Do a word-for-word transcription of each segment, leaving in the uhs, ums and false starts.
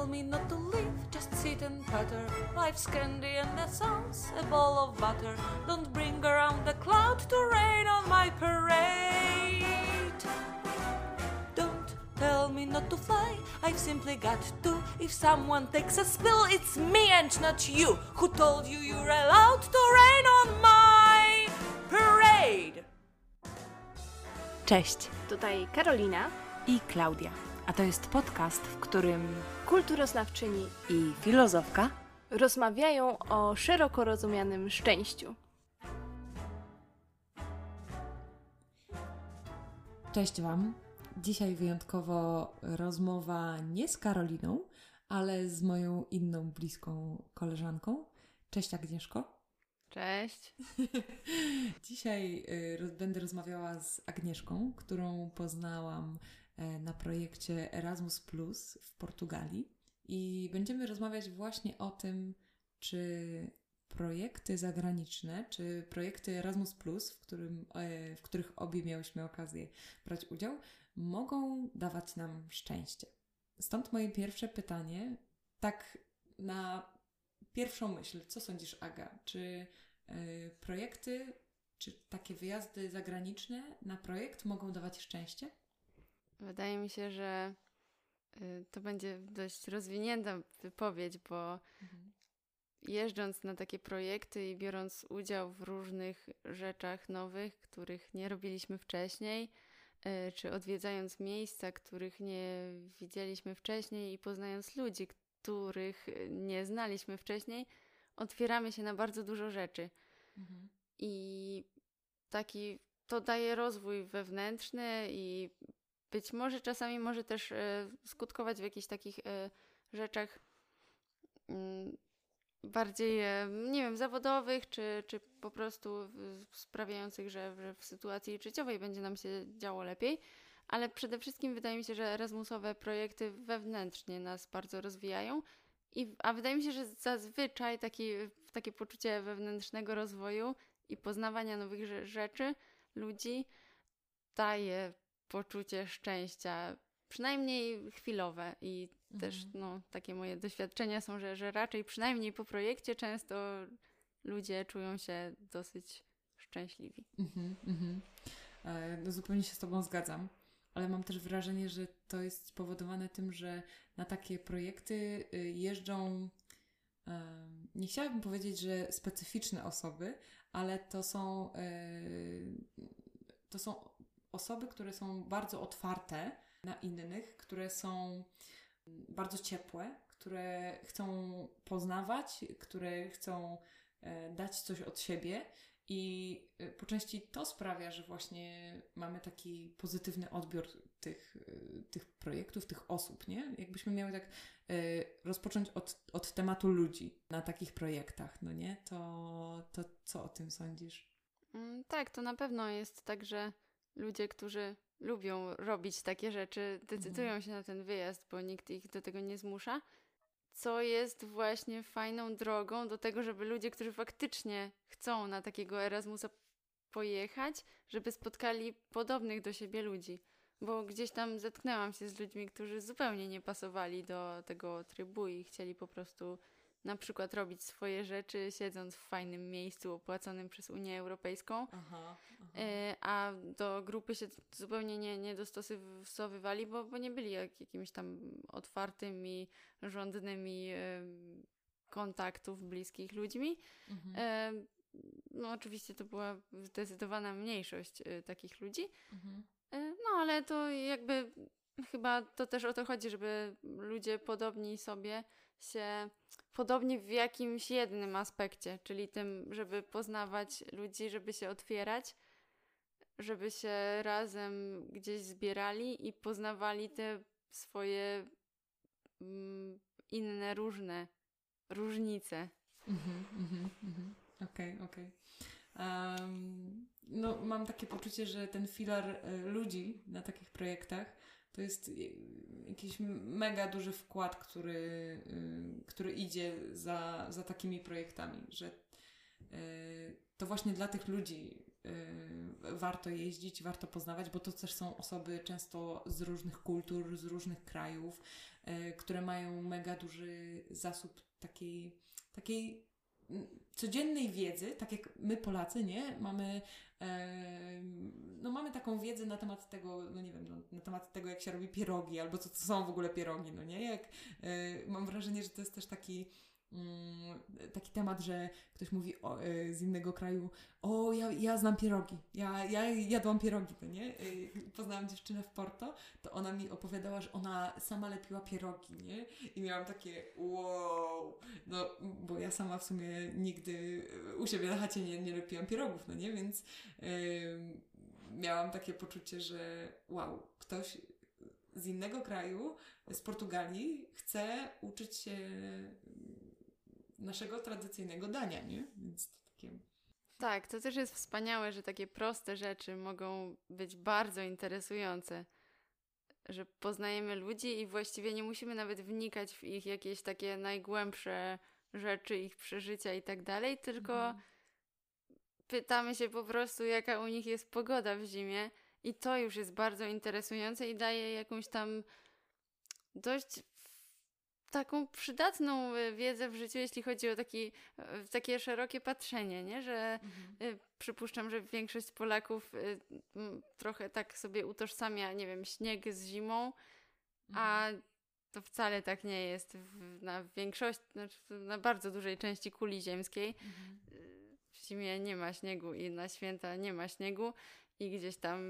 me not to leave, just sit and putter. Life's candy and the sun's a ball of butter. Don't bring around the cloud to rain on my parade. Don't tell me not to fly, I've simply got to. If someone takes a spill, it's me and not you. Who told you you're allowed to rain on my parade? Cześć, Tutaj Karolina i Klaudia, a to jest podcast, w którym kulturoznawczyni i filozofka rozmawiają o szeroko rozumianym szczęściu. Cześć Wam. Dzisiaj wyjątkowo rozmowa nie z Karoliną, ale z moją inną bliską koleżanką. Cześć Agnieszko. Cześć. Dzisiaj y, będę rozmawiała z Agnieszką, którą poznałam y, na projekcie Erasmus Plus w Portugalii. I będziemy rozmawiać właśnie o tym, czy projekty zagraniczne, czy projekty Erasmus Plus, w, którym, y, w których obie miałyśmy okazję brać udział, mogą dawać nam szczęście. Stąd moje pierwsze pytanie, tak na pierwszą myśl, co sądzisz, Aga? Czy y, projekty, czy takie wyjazdy zagraniczne na projekt mogą dawać szczęście? Wydaje mi się, że y, to będzie dość rozwinięta wypowiedź, bo mhm. jeżdżąc na takie projekty i biorąc udział w różnych rzeczach nowych, których nie robiliśmy wcześniej, y, czy odwiedzając miejsca, których nie widzieliśmy wcześniej i poznając ludzi, których nie znaliśmy wcześniej, otwieramy się na bardzo dużo rzeczy. Mhm. I taki to daje rozwój wewnętrzny i być może czasami może też e, skutkować w jakichś takich e, rzeczach m, bardziej, e, nie wiem, zawodowych, czy, czy po prostu w, sprawiających, że, że w sytuacji życiowej będzie nam się działo lepiej. Ale przede wszystkim wydaje mi się, że Erasmusowe projekty wewnętrznie nas bardzo rozwijają, i, a wydaje mi się, że zazwyczaj taki, takie poczucie wewnętrznego rozwoju i poznawania nowych rzeczy, ludzi daje poczucie szczęścia, przynajmniej chwilowe. I mhm. też no, takie moje doświadczenia są, że, że raczej przynajmniej po projekcie często ludzie czują się dosyć szczęśliwi. Mhm, mhm. E, no, zupełnie się z Tobą zgadzam. Ale mam też wrażenie, że to jest spowodowane tym, że na takie projekty jeżdżą, nie chciałabym powiedzieć, że specyficzne osoby, ale to są, to są osoby, które są bardzo otwarte na innych, które są bardzo ciepłe, które chcą poznawać, które chcą dać coś od siebie. I po części to sprawia, że właśnie mamy taki pozytywny odbiór tych, tych projektów, tych osób, nie? Jakbyśmy miały tak y, rozpocząć od, od tematu ludzi na takich projektach, no nie? To, to co o tym sądzisz? Mm, tak, to na pewno jest tak, że ludzie, którzy lubią robić takie rzeczy, decydują mhm. się na ten wyjazd, bo nikt ich do tego nie zmusza. Co jest właśnie fajną drogą do tego, żeby ludzie, którzy faktycznie chcą na takiego Erasmusa pojechać, żeby spotkali podobnych do siebie ludzi. Bo gdzieś tam zetknęłam się z ludźmi, którzy zupełnie nie pasowali do tego trybu i chcieli po prostu na przykład robić swoje rzeczy, siedząc w fajnym miejscu opłaconym przez Unię Europejską, aha, aha. a do grupy się zupełnie nie, nie dostosowywali, bo, bo nie byli jak, jakimiś tam otwartymi, żądnymi e, kontaktów bliskich ludźmi. Mhm. E, no oczywiście to była zdecydowana mniejszość e, takich ludzi, mhm. e, no ale to jakby chyba to też o to chodzi, żeby ludzie podobni sobie się podobni w jakimś jednym aspekcie, czyli tym, żeby poznawać ludzi, żeby się otwierać, żeby się razem gdzieś zbierali i poznawali te swoje mm, inne, różne różnice. Mhm, mhm, mhm. Okej, okej. Um, no mam takie poczucie, że ten filar y, ludzi na takich projektach to jest jakiś mega duży wkład, który, y, który idzie za, za takimi projektami, że y, to właśnie dla tych ludzi y, warto jeździć, warto poznawać, bo to też są osoby często z różnych kultur, z różnych krajów, y, które mają mega duży zasób takiej, takiej codziennej wiedzy, tak jak my Polacy, nie? Mamy, e, no mamy taką wiedzę na temat tego, no nie wiem, no, na temat tego, jak się robi pierogi, albo co to są w ogóle pierogi, no nie? Jak, e, mam wrażenie, że to jest też taki mm, taki temat, że ktoś mówi o, e, z innego kraju, o, ja, ja znam pierogi, ja, ja jadłam pierogi, no nie? E, poznałam dziewczynę w Porto, to ona mi opowiadała, że ona sama lepiła pierogi, nie? I miałam takie wow, no, bo ja sama w sumie nigdy u siebie na chacie nie, nie lepiłam pierogów, no nie? Więc yy, miałam takie poczucie, że wow, ktoś z innego kraju, z Portugalii chce uczyć się naszego tradycyjnego dania, nie? Więc to takie... Tak, to też jest wspaniałe, że takie proste rzeczy mogą być bardzo interesujące, że poznajemy ludzi i właściwie nie musimy nawet wnikać w ich jakieś takie najgłębsze rzeczy, ich przeżycia i tak dalej, tylko Mhm. pytamy się po prostu, jaka u nich jest pogoda w zimie i to już jest bardzo interesujące i daje jakąś tam dość taką przydatną y, wiedzę w życiu, jeśli chodzi o taki, y, takie szerokie patrzenie, nie? Że Mhm. y, przypuszczam, że większość Polaków y, m, trochę tak sobie utożsamia, nie wiem, śnieg z zimą, a to wcale tak nie jest w, na większości, znaczy na bardzo dużej części kuli ziemskiej. Mhm. Y, W zimie nie ma śniegu i na święta nie ma śniegu i gdzieś tam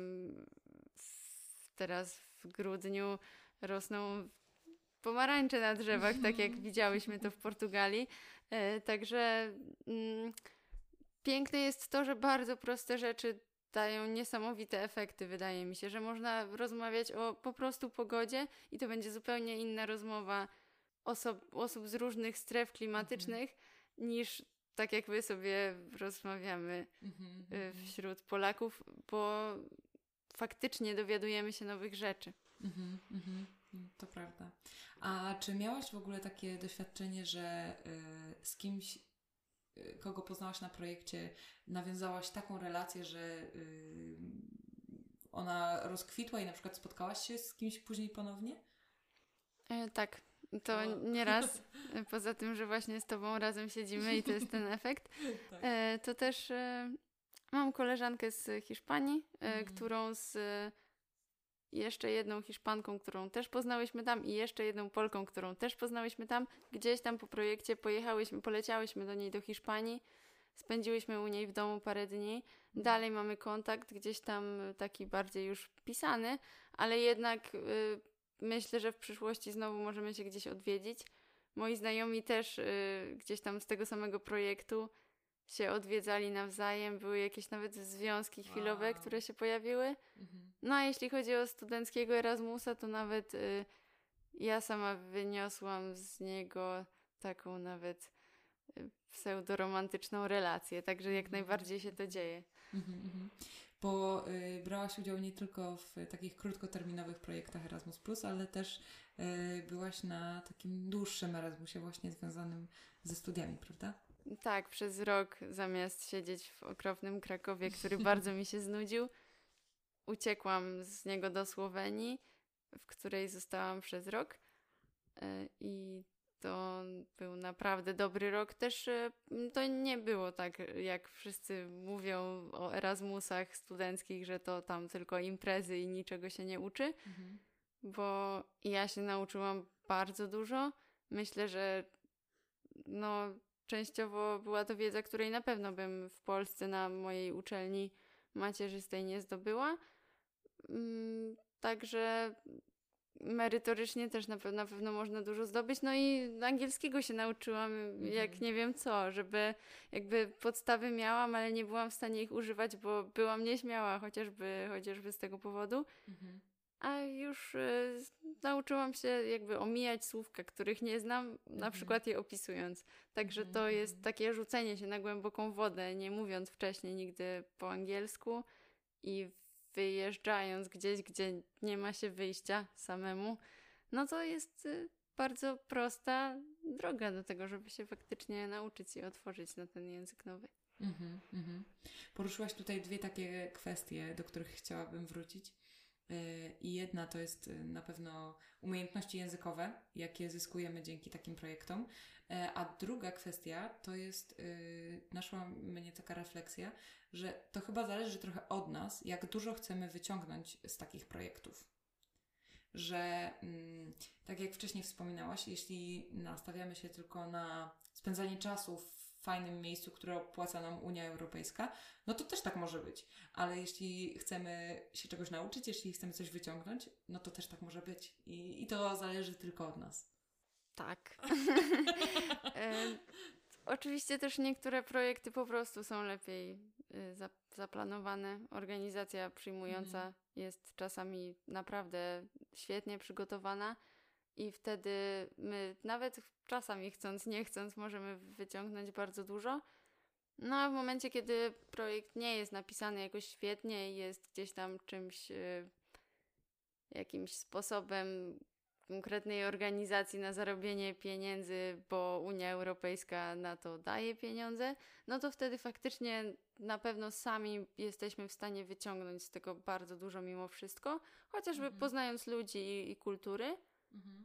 w, teraz w grudniu rosną pomarańcze na drzewach, tak jak widziałyśmy to w Portugalii. E, także mm, piękne jest to, że bardzo proste rzeczy dają niesamowite efekty, wydaje mi się, że można rozmawiać o po prostu pogodzie i to będzie zupełnie inna rozmowa osob, osób z różnych stref klimatycznych niż tak jak my sobie rozmawiamy Mhm. y, wśród Polaków, bo faktycznie dowiadujemy się nowych rzeczy. Mhm. Mhm. To prawda. A czy miałaś w ogóle takie doświadczenie, że y, z kimś, y, kogo poznałaś na projekcie, nawiązałaś taką relację, że y, ona rozkwitła i na przykład spotkałaś się z kimś później ponownie? E, tak, to O. nieraz, e, poza tym, że właśnie z tobą razem siedzimy i to jest ten efekt, Tak. e, to też e, mam koleżankę z Hiszpanii, e, Mhm. którą z e, jeszcze jedną Hiszpanką, którą też poznałyśmy tam i jeszcze jedną Polką, którą też poznałyśmy tam. Gdzieś tam po projekcie pojechałyśmy, poleciałyśmy do niej do Hiszpanii, spędziłyśmy u niej w domu parę dni. Dalej mamy kontakt, gdzieś tam taki bardziej już pisany, ale jednak y, myślę, że w przyszłości znowu możemy się gdzieś odwiedzić. Moi znajomi też y, gdzieś tam z tego samego projektu się odwiedzali nawzajem. Były jakieś nawet związki chwilowe, Wow. które się pojawiły. Mhm. No a jeśli chodzi o studenckiego Erasmusa, to nawet y, ja sama wyniosłam z niego taką nawet y, pseudoromantyczną relację, także jak najbardziej się to dzieje. Mhm, mhm. Bo y, brałaś udział nie tylko w takich krótkoterminowych projektach Erasmus+, ale też y, byłaś na takim dłuższym Erasmusie właśnie związanym ze studiami, prawda? Tak, przez rok zamiast siedzieć w okropnym Krakowie, który bardzo mi się znudził, uciekłam z niego do Słowenii, w której zostałam przez rok y, i to był naprawdę dobry rok. Też y, to nie było tak, jak wszyscy mówią o Erasmusach studenckich, że to tam tylko imprezy i niczego się nie uczy, Mhm. bo ja się nauczyłam bardzo dużo. Myślę, że no, częściowo była to wiedza, której na pewno bym w Polsce na mojej uczelni macierzystej nie zdobyła. Mm, Także merytorycznie też na pewno, na pewno można dużo zdobyć. No i angielskiego się nauczyłam jak nie wiem co, żeby jakby podstawy miałam, ale nie byłam w stanie ich używać, bo byłam nieśmiała chociażby, chociażby z tego powodu. Mhm. A już y, nauczyłam się jakby omijać słówka, których nie znam, na Mhm. przykład je opisując. Także Mhm, to mhm. jest takie rzucenie się na głęboką wodę, nie mówiąc wcześniej nigdy po angielsku i wyjeżdżając gdzieś, gdzie nie ma się wyjścia samemu, no to jest y, bardzo prosta droga do tego, żeby się faktycznie nauczyć i otworzyć na ten język nowy. Mhm, mhm. Poruszyłaś tutaj dwie takie kwestie, do których chciałabym wrócić. Yy, I jedna to jest yy, na pewno umiejętności językowe, jakie zyskujemy dzięki takim projektom. Yy, a druga kwestia to jest, yy, naszła mnie taka refleksja, że to chyba zależy trochę od nas, jak dużo chcemy wyciągnąć z takich projektów. Że mm, tak jak wcześniej wspominałaś, jeśli nastawiamy się tylko na spędzanie czasu w fajnym miejscu, które opłaca nam Unia Europejska, no to też tak może być. Ale jeśli chcemy się czegoś nauczyć, jeśli chcemy coś wyciągnąć, no to też tak może być. I, i to zależy tylko od nas. Tak. e, oczywiście też niektóre projekty po prostu są lepiej y, za, zaplanowane. Organizacja przyjmująca Mhm. jest czasami naprawdę świetnie przygotowana i wtedy my nawet czasami chcąc, nie chcąc możemy wyciągnąć bardzo dużo. No a w momencie, kiedy projekt nie jest napisany jakoś świetnie i jest gdzieś tam czymś, y, jakimś sposobem konkretnej organizacji na zarobienie pieniędzy, bo Unia Europejska na to daje pieniądze, no to wtedy faktycznie na pewno sami jesteśmy w stanie wyciągnąć z tego bardzo dużo mimo wszystko, chociażby Mhm. poznając ludzi i, i kultury. Mhm.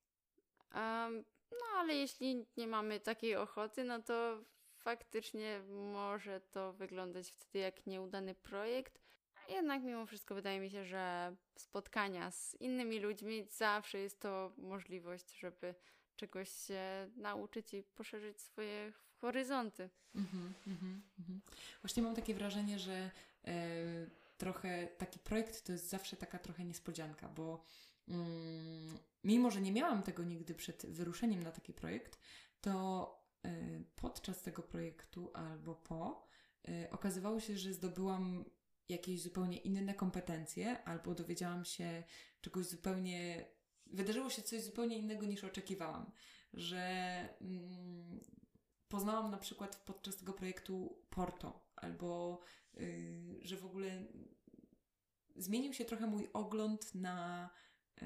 Um, no ale jeśli nie mamy takiej ochoty, no to faktycznie może to wyglądać wtedy jak nieudany projekt. A jednak mimo wszystko wydaje mi się, że spotkania z innymi ludźmi zawsze jest to możliwość, żeby czegoś się nauczyć i poszerzyć swoje horyzonty. Mhm, mhm, mhm. Właśnie mam takie wrażenie, że e, trochę taki projekt to jest zawsze taka trochę niespodzianka, bo mm, mimo, że nie miałam tego nigdy przed wyruszeniem na taki projekt, to e, podczas tego projektu albo po e, okazywało się, że zdobyłam jakieś zupełnie inne kompetencje albo dowiedziałam się czegoś zupełnie... Wydarzyło się coś zupełnie innego niż oczekiwałam, że... Mm, poznałam na przykład podczas tego projektu Porto, albo yy, że w ogóle zmienił się trochę mój ogląd na yy,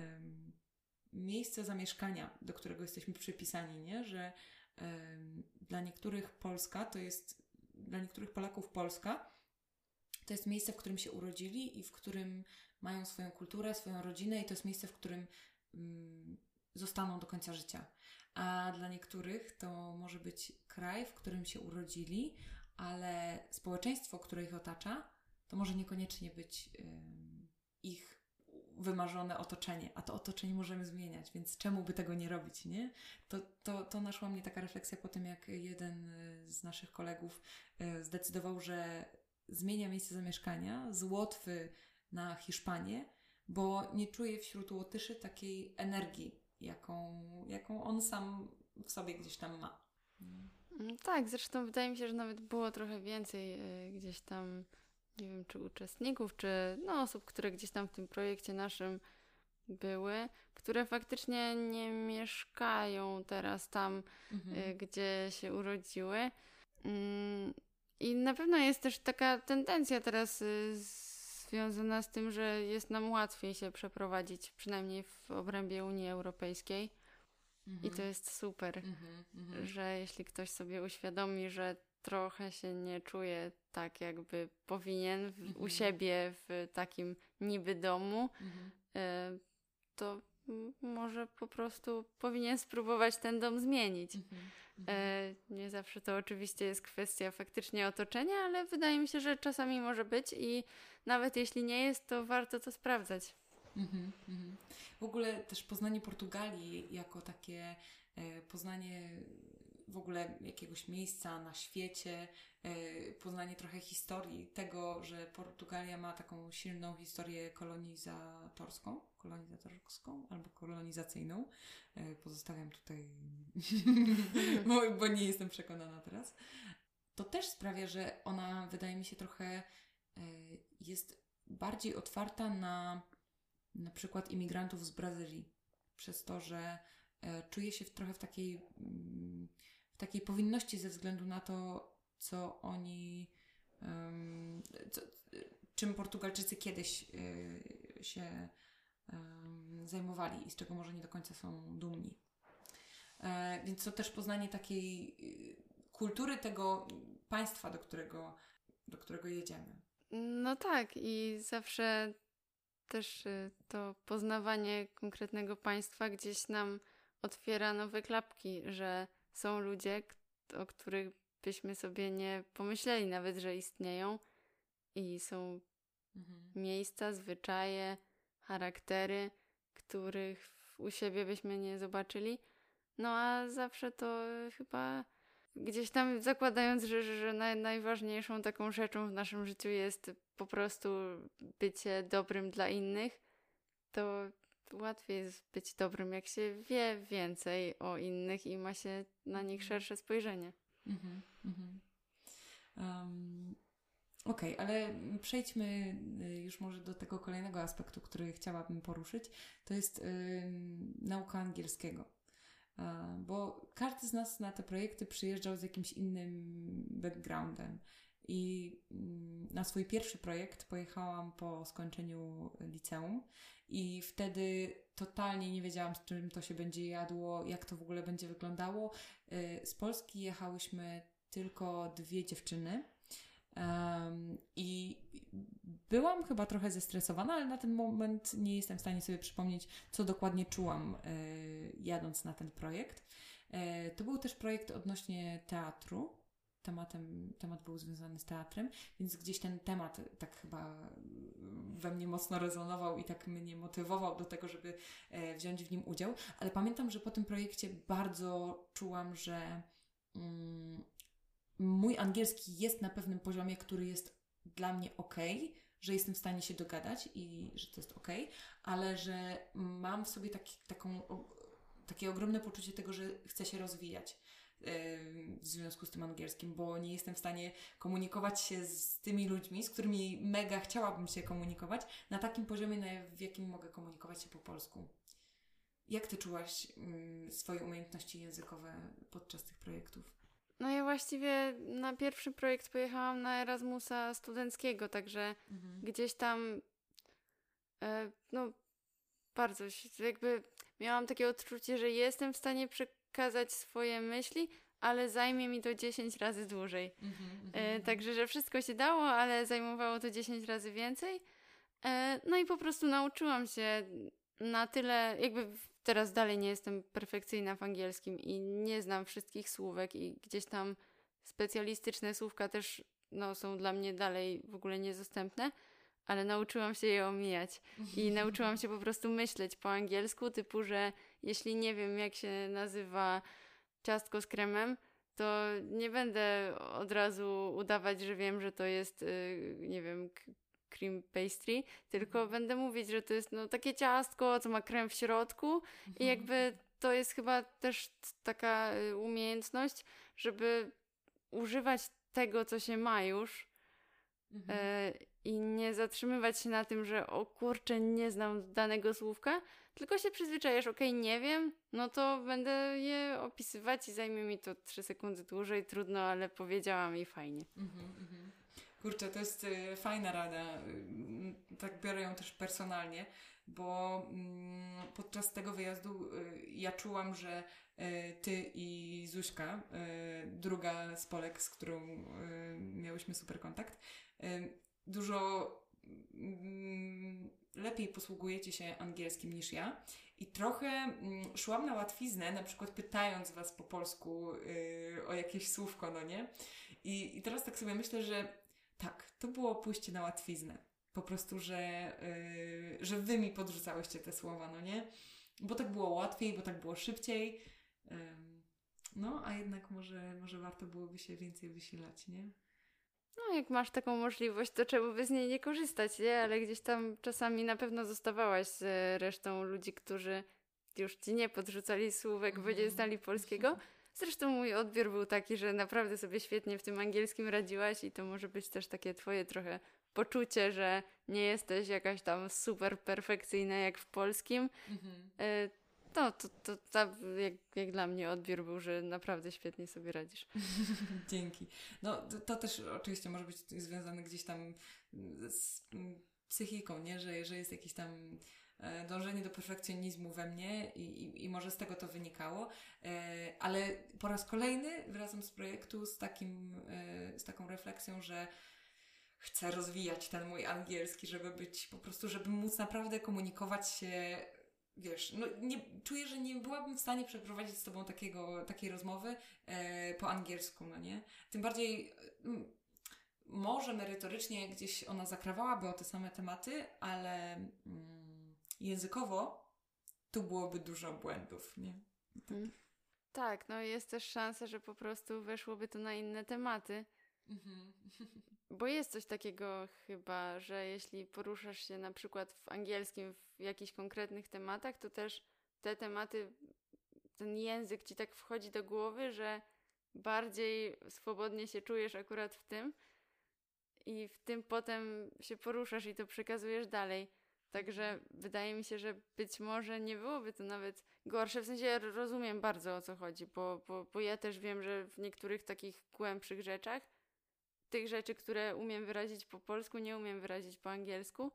miejsce zamieszkania, do którego jesteśmy przypisani, nie? Że yy, dla niektórych Polska to jest, dla niektórych Polaków Polska to jest miejsce, w którym się urodzili i w którym mają swoją kulturę, swoją rodzinę i to jest miejsce, w którym yy, zostaną do końca życia. A dla niektórych to może być kraj, w którym się urodzili, ale społeczeństwo, które ich otacza, to może niekoniecznie być y, ich wymarzone otoczenie, a to otoczenie możemy zmieniać, więc czemu by tego nie robić, nie? To, to, to naszła mnie taka refleksja po tym, jak jeden z naszych kolegów y, zdecydował, że zmienia miejsce zamieszkania z Łotwy na Hiszpanię, bo nie czuje wśród Łotyszy takiej energii, jaką, jaką on sam w sobie gdzieś tam ma. Mm, Tak, zresztą wydaje mi się, że nawet było trochę więcej y, gdzieś tam, nie wiem, czy uczestników, czy no, osób, które gdzieś tam w tym projekcie naszym były, które faktycznie nie mieszkają teraz tam, Mhm. y, gdzie się urodziły. Mm, I na pewno jest też taka tendencja teraz y, związana z tym, że jest nam łatwiej się przeprowadzić, przynajmniej w obrębie Unii Europejskiej. Mhm. I to jest super, Mhm. Mhm. że jeśli ktoś sobie uświadomi, że trochę się nie czuje tak, jakby powinien w, u Mhm. siebie w takim niby domu, Mhm. y, to m- może po prostu powinien spróbować ten dom zmienić. Mhm. E, nie zawsze to oczywiście jest kwestia faktycznie otoczenia, ale wydaje mi się, że czasami może być i nawet jeśli nie jest, to warto to sprawdzać. Mhm. Mhm. W ogóle też poznanie Portugalii jako takie e, poznanie w ogóle jakiegoś miejsca na świecie, e, poznanie trochę historii tego, że Portugalia ma taką silną historię kolonizatorską, kolonizatorską albo kolonizacyjną. E, pozostawiam tutaj, bo, bo nie jestem przekonana teraz. To też sprawia, że ona, wydaje mi się, trochę e, jest bardziej otwarta na na przykład imigrantów z Brazylii, przez to, że e, czuje się w, trochę w takiej, mm, w takiej powinności ze względu na to, co oni, em, co, czym Portugalczycy kiedyś e, się em, zajmowali i z czego może nie do końca są dumni. E, więc to też poznanie takiej e, kultury tego państwa, do którego, do którego jedziemy. No tak, i zawsze też y, to poznawanie konkretnego państwa gdzieś nam otwiera nowe klapki, że są ludzie, k- o których byśmy sobie nie pomyśleli nawet, że istnieją i są Mhm. miejsca, zwyczaje, charaktery, których u siebie byśmy nie zobaczyli. No a zawsze to y, chyba gdzieś tam zakładając, że, że, że naj, najważniejszą taką rzeczą w naszym życiu jest po prostu bycie dobrym dla innych, to łatwiej jest być dobrym, jak się wie więcej o innych i ma się na nich szersze spojrzenie. Mhm, mhm. Um, Okej, okay, ale przejdźmy już może do tego kolejnego aspektu, który chciałabym poruszyć. To jest ym, nauka angielskiego. A, bo każdy z nas na te projekty przyjeżdżał z jakimś innym backgroundem. I ym, na swój pierwszy projekt pojechałam po skończeniu liceum i wtedy totalnie nie wiedziałam, z czym to się będzie jadło, jak to w ogóle będzie wyglądało. Yy, z Polski jechałyśmy tylko dwie dziewczyny. Um, I byłam chyba trochę zestresowana, ale na ten moment nie jestem w stanie sobie przypomnieć, co dokładnie czułam y, jadąc na ten projekt. Y, to był też projekt odnośnie teatru. Tematem, temat był związany z teatrem, więc gdzieś ten temat tak chyba we mnie mocno rezonował i tak mnie motywował do tego, żeby y, wziąć w nim udział. Ale pamiętam, że po tym projekcie bardzo czułam, że mm, mój angielski jest na pewnym poziomie, który jest dla mnie okej, że jestem w stanie się dogadać i że to jest okej, ale że mam w sobie taki, taką, o, takie ogromne poczucie tego, że chcę się rozwijać yy, w związku z tym angielskim, bo nie jestem w stanie komunikować się z tymi ludźmi, z którymi mega chciałabym się komunikować, na takim poziomie, na, w jakim mogę komunikować się po polsku. Jak Ty czułaś yy, swoje umiejętności językowe podczas tych projektów? No ja właściwie na pierwszy projekt pojechałam na Erasmusa studenckiego, także Mhm. gdzieś tam e, no bardzo się- jakby miałam takie odczucie, że jestem w stanie przekazać swoje myśli, ale zajmie mi to dziesięć razy dłużej. Mhm, mhm, E, mhm. także, że wszystko się dało, ale zajmowało to dziesięć razy więcej. E, no i po prostu nauczyłam się na tyle, jakby w- teraz dalej nie jestem perfekcyjna w angielskim i nie znam wszystkich słówek i gdzieś tam specjalistyczne słówka też no, są dla mnie dalej w ogóle niedostępne, ale nauczyłam się je omijać i nauczyłam się po prostu myśleć po angielsku, typu, że jeśli nie wiem, jak się nazywa ciastko z kremem, to nie będę od razu udawać, że wiem, że to jest, yy, nie wiem, k- cream pastry, tylko Mhm. będę mówić, że to jest no, takie ciastko, co ma krem w środku i jakby to jest chyba też t- taka y, umiejętność, żeby używać tego, co się ma już Mhm. e, i nie zatrzymywać się na tym, że o kurczę, nie znam danego słówka, tylko się przyzwyczajasz, okej, nie wiem, no to będę je opisywać i zajmie mi to trzy sekundy dłużej, trudno, ale powiedziałam i fajnie. Mhm, mhm. Kurczę, to jest y, fajna rada. Y, tak biorę ją też personalnie, bo mm, podczas tego wyjazdu y, ja czułam, że y, Ty i Zuśka, y, druga z Polek, z którą y, miałyśmy super kontakt, y, dużo mm, lepiej posługujecie się angielskim niż ja. I trochę mm, szłam na łatwiznę, na przykład pytając Was po polsku y, o jakieś słówko, no nie? I, I teraz tak sobie myślę, że tak, to było pójście na łatwiznę. Po prostu, że, yy, że wy mi podrzucałyście te słowa, no nie? Bo tak było łatwiej, bo tak było szybciej. Ym, no, a jednak może, może warto byłoby się więcej wysilać, nie? No jak masz taką możliwość, to czemu by z niej nie korzystać, nie? Ale gdzieś tam czasami na pewno zostawałaś z e, resztą ludzi, którzy już ci nie podrzucali słówek, bo nie Mhm. znali polskiego. Zresztą mój odbiór był taki, że naprawdę sobie świetnie w tym angielskim radziłaś i to może być też takie twoje trochę poczucie, że nie jesteś jakaś tam super perfekcyjna jak w polskim. Mhm. E, To, to, to, to jak, jak dla mnie odbiór był, że naprawdę świetnie sobie radzisz. Dzięki. No, to, to też oczywiście może być związane gdzieś tam z mm, psychiką, nie? Że, że jest jakiś tam e, dążenie do perfekcjonizmu we mnie i, i, i może z tego to wynikało, e, ale po raz kolejny wracam z projektu z takim, e, z taką refleksją, że chcę rozwijać ten mój angielski, żeby być po prostu, żeby móc naprawdę komunikować się, wiesz, no nie, czuję, że nie byłabym w stanie przeprowadzić z tobą takiego, takiej rozmowy e, po angielsku, no nie? Tym bardziej m, może merytorycznie gdzieś ona zakrawałaby o te same tematy, ale mm, językowo tu byłoby dużo błędów, nie? Mhm. Tak, no jest też szansa, że po prostu weszłoby to na inne tematy. Mhm. Bo jest coś takiego chyba, że jeśli poruszasz się na przykład w angielskim w jakichś konkretnych tematach, to też te tematy, ten język ci tak wchodzi do głowy, że bardziej swobodnie się czujesz akurat w tym i w tym potem się poruszasz i to przekazujesz dalej. Także wydaje mi się, że być może nie byłoby to nawet gorsze. W sensie ja rozumiem bardzo, o co chodzi, bo, bo, bo ja też wiem, że w niektórych takich głębszych rzeczach tych rzeczy, które umiem wyrazić po polsku, nie umiem wyrazić po angielsku.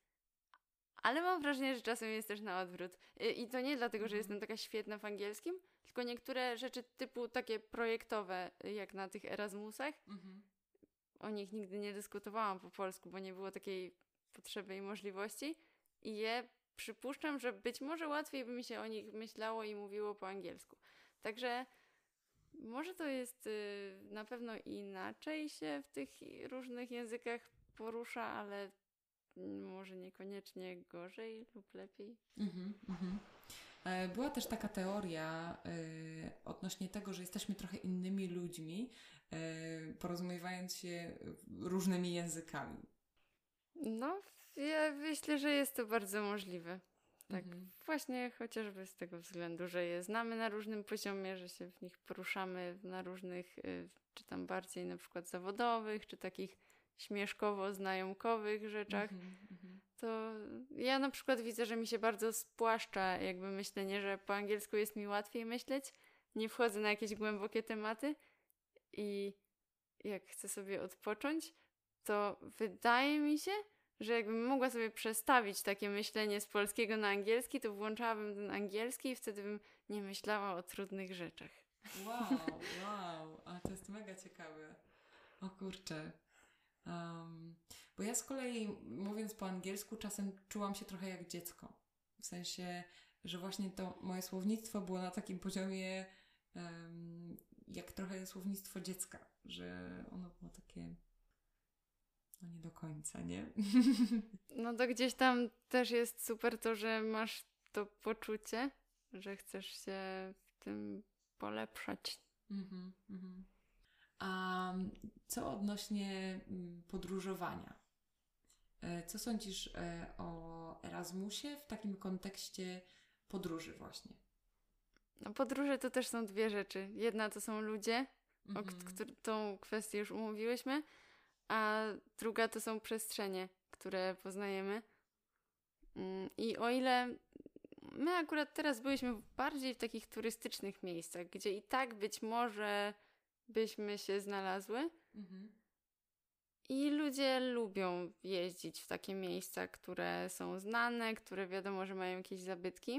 Ale mam wrażenie, że czasem jest też na odwrót. I, i to nie dlatego, że Mhm. jestem taka świetna w angielskim, tylko niektóre rzeczy typu takie projektowe, jak na tych Erasmusach, Mhm. o nich nigdy nie dyskutowałam po polsku, bo nie było takiej potrzeby i możliwości. I je przypuszczam, że być może łatwiej by mi się o nich myślało i mówiło po angielsku. Także może to jest y, na pewno inaczej się w tych różnych językach porusza, ale może niekoniecznie gorzej lub lepiej. Mhm, mhm. E, Była też taka teoria e, odnośnie tego, że jesteśmy trochę innymi ludźmi, e, porozumiewając się różnymi językami. No, ja myślę, że jest to bardzo możliwe. Tak, Mhm. właśnie chociażby z tego względu, że je znamy na różnym poziomie, że się w nich poruszamy na różnych, y, czy tam bardziej na przykład zawodowych, czy takich śmieszkowo-znajomkowych rzeczach. Mhm, mhm. To ja na przykład widzę, że mi się bardzo spłaszcza jakby myślenie, że po angielsku jest mi łatwiej myśleć. Nie wchodzę na jakieś głębokie tematy i jak chcę sobie odpocząć, to wydaje mi się, że jakbym mogła sobie przestawić takie myślenie z polskiego na angielski, to włączałabym ten angielski i wtedy bym nie myślała o trudnych rzeczach. Wow, wow, a to jest mega ciekawe. O kurczę. Um, bo ja z kolei, mówiąc po angielsku, czasem czułam się trochę jak dziecko. W sensie, że właśnie to moje słownictwo było na takim poziomie um, jak trochę słownictwo dziecka, że ono było takie no nie do końca, nie? No to gdzieś tam też jest super to, że masz to poczucie, że chcesz się w tym polepszać. Mhm, mhm. A co odnośnie mm, podróżowania? E, Co sądzisz e, o Erasmusie w takim kontekście podróży właśnie? No podróże to też są dwie rzeczy. Jedna to są ludzie, o Mhm. któ- tą kwestię już umówiłyśmy, a druga to są przestrzenie, które poznajemy. Mm, I o ile my akurat teraz byliśmy bardziej w takich turystycznych miejscach, gdzie i tak być może byśmy się znalazły, Mhm. i ludzie lubią jeździć w takie miejsca, które są znane, które wiadomo, że mają jakieś zabytki.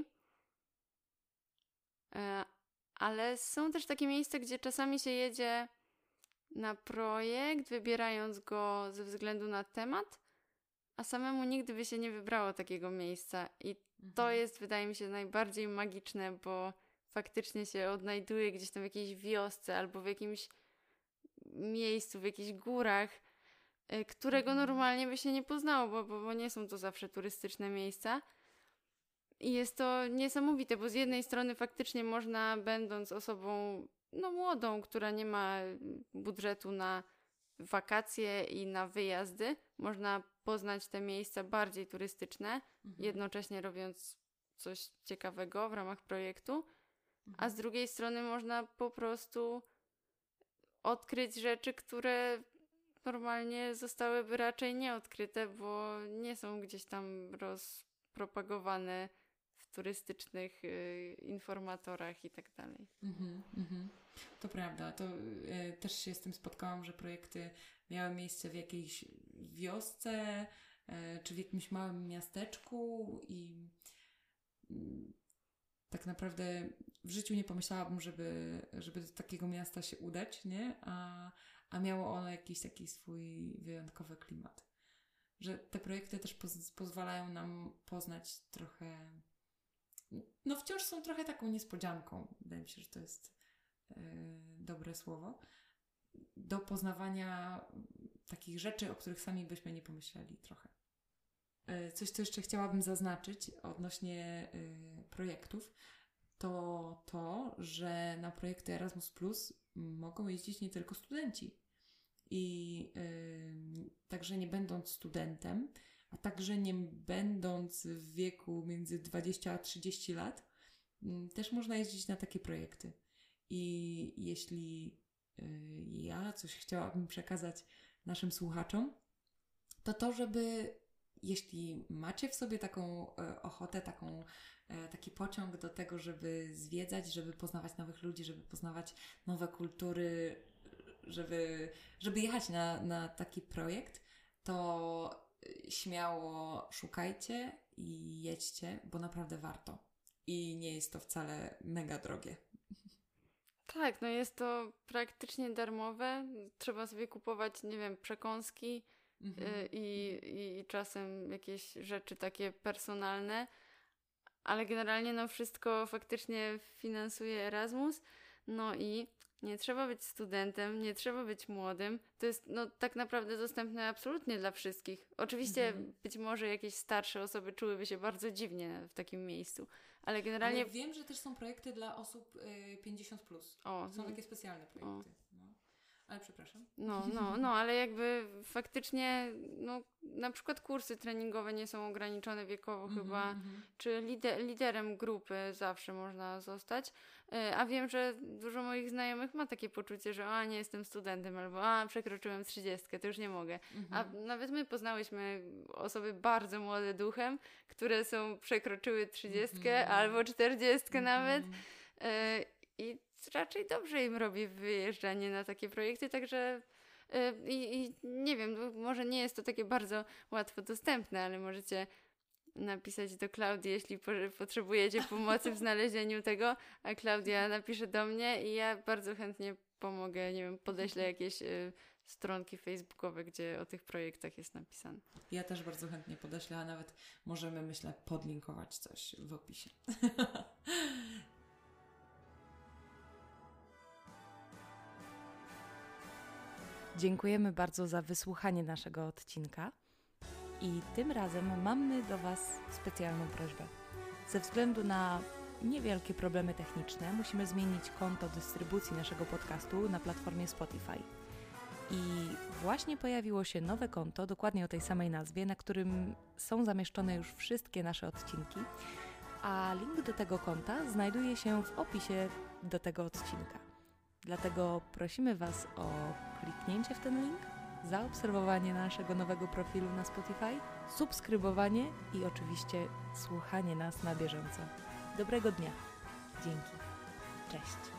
E, Ale są też takie miejsca, gdzie czasami się jedzie na projekt, wybierając go ze względu na temat, a samemu nigdy by się nie wybrało takiego miejsca. I to Mhm. jest, wydaje mi się, najbardziej magiczne, bo faktycznie się odnajduje gdzieś tam w jakiejś wiosce albo w jakimś miejscu, w jakichś górach, y, którego Mhm. normalnie by się nie poznało, bo, bo, bo nie są to zawsze turystyczne miejsca. I jest to niesamowite, bo z jednej strony faktycznie można, będąc osobą no, młodą, która nie ma budżetu na wakacje i na wyjazdy, można poznać te miejsca bardziej turystyczne, Mhm. jednocześnie robiąc coś ciekawego w ramach projektu, a Mhm. z drugiej strony można po prostu odkryć rzeczy, które normalnie zostałyby raczej nieodkryte, bo nie są gdzieś tam rozpropagowane w turystycznych y, informatorach i tak dalej. Mhm, mhm. To prawda. To e, też się z tym spotkałam, że projekty miały miejsce w jakiejś wiosce, e, czy w jakimś małym miasteczku i mm, tak naprawdę w życiu nie pomyślałabym, żeby, żeby do takiego miasta się udać, nie? A, a miało ono jakiś taki swój wyjątkowy klimat. Że te projekty też poz- pozwalają nam poznać trochę, no wciąż są trochę taką niespodzianką. Wydaje mi się, że to jest yy, dobre słowo. Do poznawania takich rzeczy, o których sami byśmy nie pomyśleli trochę. Yy, coś, co jeszcze chciałabym zaznaczyć odnośnie yy, projektów, to to, że na projekty Erasmus Plus mogą jeździć nie tylko studenci. I yy, także nie będąc studentem, a także nie będąc w wieku między dwadzieścia a trzydzieści lat, yy, też można jeździć na takie projekty. I jeśli yy, ja coś chciałabym przekazać naszym słuchaczom, to to, żeby jeśli macie w sobie taką e, ochotę, taką, e, taki pociąg do tego, żeby zwiedzać, żeby poznawać nowych ludzi, żeby poznawać nowe kultury, żeby, żeby jechać na, na taki projekt, to śmiało szukajcie i jedźcie, bo naprawdę warto. I nie jest to wcale mega drogie. Tak, no jest to praktycznie darmowe. Trzeba sobie kupować, nie wiem, przekąski Mhm. y, i, i czasem jakieś rzeczy takie personalne, ale generalnie no wszystko faktycznie finansuje Erasmus. No i nie trzeba być studentem, nie trzeba być młodym. To jest no tak naprawdę dostępne absolutnie dla wszystkich. Oczywiście Mhm. być może jakieś starsze osoby czułyby się bardzo dziwnie w takim miejscu, ale generalnie... Ale wiem, że też są projekty dla osób y, pięćdziesiąt plus. O, Są no. takie specjalne projekty. No. Ale przepraszam. No, no, no, ale jakby faktycznie, no, na przykład kursy treningowe nie są ograniczone wiekowo Mhm, chyba, mhm. czy lider, liderem grupy zawsze można zostać, y, a wiem, że dużo moich znajomych ma takie poczucie, że a, nie jestem studentem, albo a, przekroczyłem trzydziestkę, to już nie mogę. A Mhm. nawet my poznałyśmy osoby bardzo młode duchem, które są, przekroczyły trzydziestkę Mhm. albo czterdziestkę nawet, Mhm. y, i raczej dobrze im robi wyjeżdżanie na takie projekty, także y, i, i nie wiem, no, może nie jest to takie bardzo łatwo dostępne, ale możecie napisać do Klaudii, jeśli po, potrzebujecie pomocy w znalezieniu tego, a Klaudia napisze do mnie i ja bardzo chętnie pomogę, nie wiem, podeślę jakieś y, stronki facebookowe, gdzie o tych projektach jest napisane. Ja też bardzo chętnie podeślę, a nawet możemy, myślę, podlinkować coś w opisie. Dziękujemy bardzo za wysłuchanie naszego odcinka i tym razem mamy do Was specjalną prośbę. Ze względu na niewielkie problemy techniczne musimy zmienić konto dystrybucji naszego podcastu na platformie Spotify. I właśnie pojawiło się nowe konto, dokładnie o tej samej nazwie, na którym są zamieszczone już wszystkie nasze odcinki, a link do tego konta znajduje się w opisie do tego odcinka. Dlatego prosimy Was o kliknięcie w ten link, zaobserwowanie naszego nowego profilu na Spotify, subskrybowanie i oczywiście słuchanie nas na bieżąco. Dobrego dnia. Dzięki. Cześć.